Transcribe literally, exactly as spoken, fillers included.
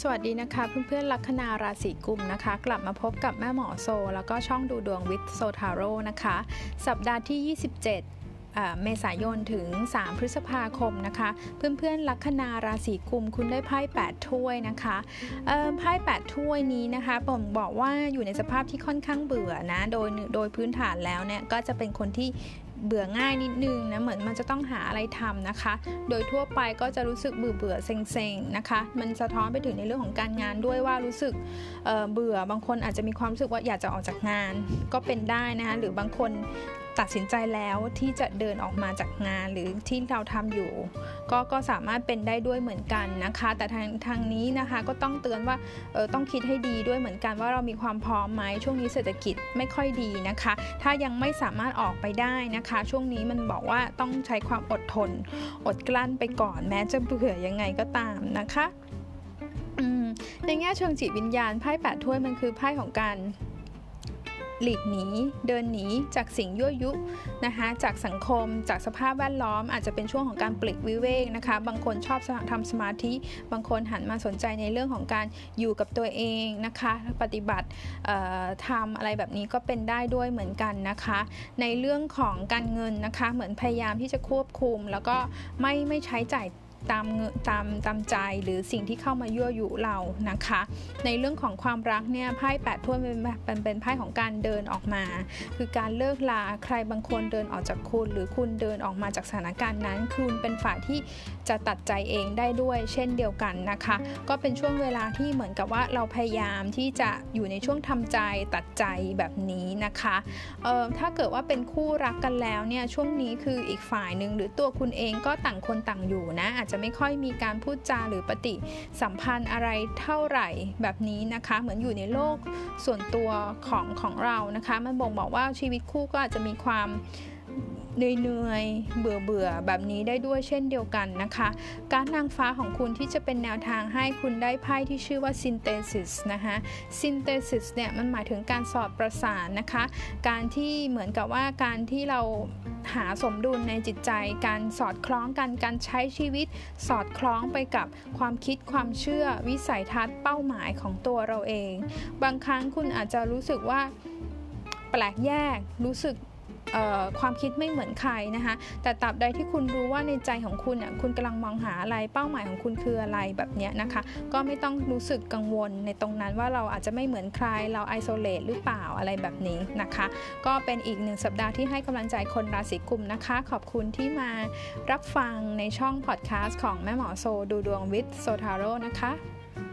สวัสดีนะคะเพื่อนๆลัคนาราศีกุมนะคะกลับมาพบกับแม่หมอโซแล้วก็ช่องดูดวงวิทโซทาโร่นะคะสัปดาห์ที่ยี่สิบเจ็ดเมษายนถึงสามพฤษภาคมนะคะเพื่อนๆลัคนาราศีกุมคุณได้ไพ่แปดถ้วยนะคะไพ่แปดถ้วยนี้นะคะผมบอกว่าอยู่ในสภาพที่ค่อนข้างเบื่อนะโดยโดยพื้นฐานแล้วเนี่ยก็จะเป็นคนที่เบื่อง่ายนิดนึงนะเหมือนมันจะต้องหาอะไรทำนะคะโดยทั่วไปก็จะรู้สึกเบื่อเบื่อเซ็งๆนะคะมันสะท้อนไปถึงในเรื่องของการงานด้วยว่ารู้สึก เอ่อ เบื่อบางคนอาจจะมีความรู้สึกว่าอยากจะออกจากงานก็เป็นได้นะคะหรือบางคนตัดสินใจแล้วที่จะเดินออกมาจากงานหรือที่เราทำอยู่ก็ก็สามารถเป็นได้ด้วยเหมือนกันนะคะแต่ทางทางนี้นะคะก็ต้องเตือนว่าเออต้องคิดให้ดีด้วยเหมือนกันว่าเรามีความพร้อมไหมช่วงนี้เศรษฐกิจไม่ค่อยดีนะคะถ้ายังไม่สามารถออกไปได้นะคะช่วงนี้มันบอกว่าต้องใช้ความอดทนอดกลั้นไปก่อนแม้จะเบื่อยังไงก็ตามนะคะในแง่เชิงจิตวิญญาณไพ่แปดถ้วยมันคือไพ่ของการหลีกหนีเดินหนีจากสิ่งยั่วยุนะคะจากสังคมจากสภาพแวดล้อมอาจจะเป็นช่วงของการปลีกวิเวกนะคะบางคนชอบทำสมาธิบางคนหันมาสนใจในเรื่องของการอยู่กับตัวเองนะคะปฏิบัติทำอะไรแบบนี้ก็เป็นได้ด้วยเหมือนกันนะคะในเรื่องของการเงินนะคะเหมือนพยายามที่จะควบคุมแล้วก็ไม่ไม่ใช้จ่ายตามตามตามใจหรือสิ่งที่เข้ามายั่วยุเรานะคะในเรื่องของความรักเนี่ยไพ่แปดถ้วยเป็นเป็นเป็นไพ่ของการเดินออกมาคือการเลิกลาใครบางคนเดินออกจากคุณหรือคุณเดินออกมาจากสถานการณ์นั้นคุณเป็นฝ่ายที่จะตัดใจเองได้ด้วยเช่นเดียวกันนะคะก็เป็นช่วงเวลาที่เหมือนกับว่าเราพยายามที่จะอยู่ในช่วงทำใจตัดใจแบบนี้นะคะเอ่อถ้าเกิดว่าเป็นคู่รักกันแล้วเนี่ยช่วงนี้คืออีกฝ่ายนึงหรือตัวคุณเองก็ต่างคนต่างอยู่นะอาจจะไม่ค่อยมีการพูดจาหรือปฏิสัมพันธ์อะไรเท่าไหร่แบบนี้นะคะเหมือนอยู่ในโลกส่วนตัวของของเรานะคะมันบ่งบอกว่าชีวิตคู่ก็อาจจะมีความเหนื่อยๆเบื่อๆแบบนี้ได้ด้วยเช่นเดียวกันนะคะการนางฟ้าของคุณที่จะเป็นแนวทางให้คุณได้ไพ่ที่ชื่อว่า synthesis นะคะ synthesis เนี่ยมันหมายถึงการสอดประสานนะคะการที่เหมือนกับว่าการที่เราหาสมดุลในจิตใจการสอดคล้องกันการใช้ชีวิตสอดคล้องไปกับความคิดความเชื่อวิสัยทัศน์เป้าหมายของตัวเราเองบางครั้งคุณอาจจะรู้สึกว่าแปลกแยกรู้สึกความคิดไม่เหมือนใครนะคะแต่ตราบใดที่คุณรู้ว่าในใจของคุณอ่ะคุณกำลังมองหาอะไรเป้าหมายของคุณคืออะไรแบบนี้นะคะก็ไม่ต้องรู้สึกกังวลในตรงนั้นว่าเราอาจจะไม่เหมือนใครเราไอโซเลตหรือเปล่าอะไรแบบนี้นะคะก็เป็นอีกหนึ่งสัปดาห์ที่ให้กำลังใจคนราศีกุมนะคะขอบคุณที่มารับฟังในช่องพอดแคสต์ของแม่หมอโซดูดวงวิทย์โซทาโร่นะคะ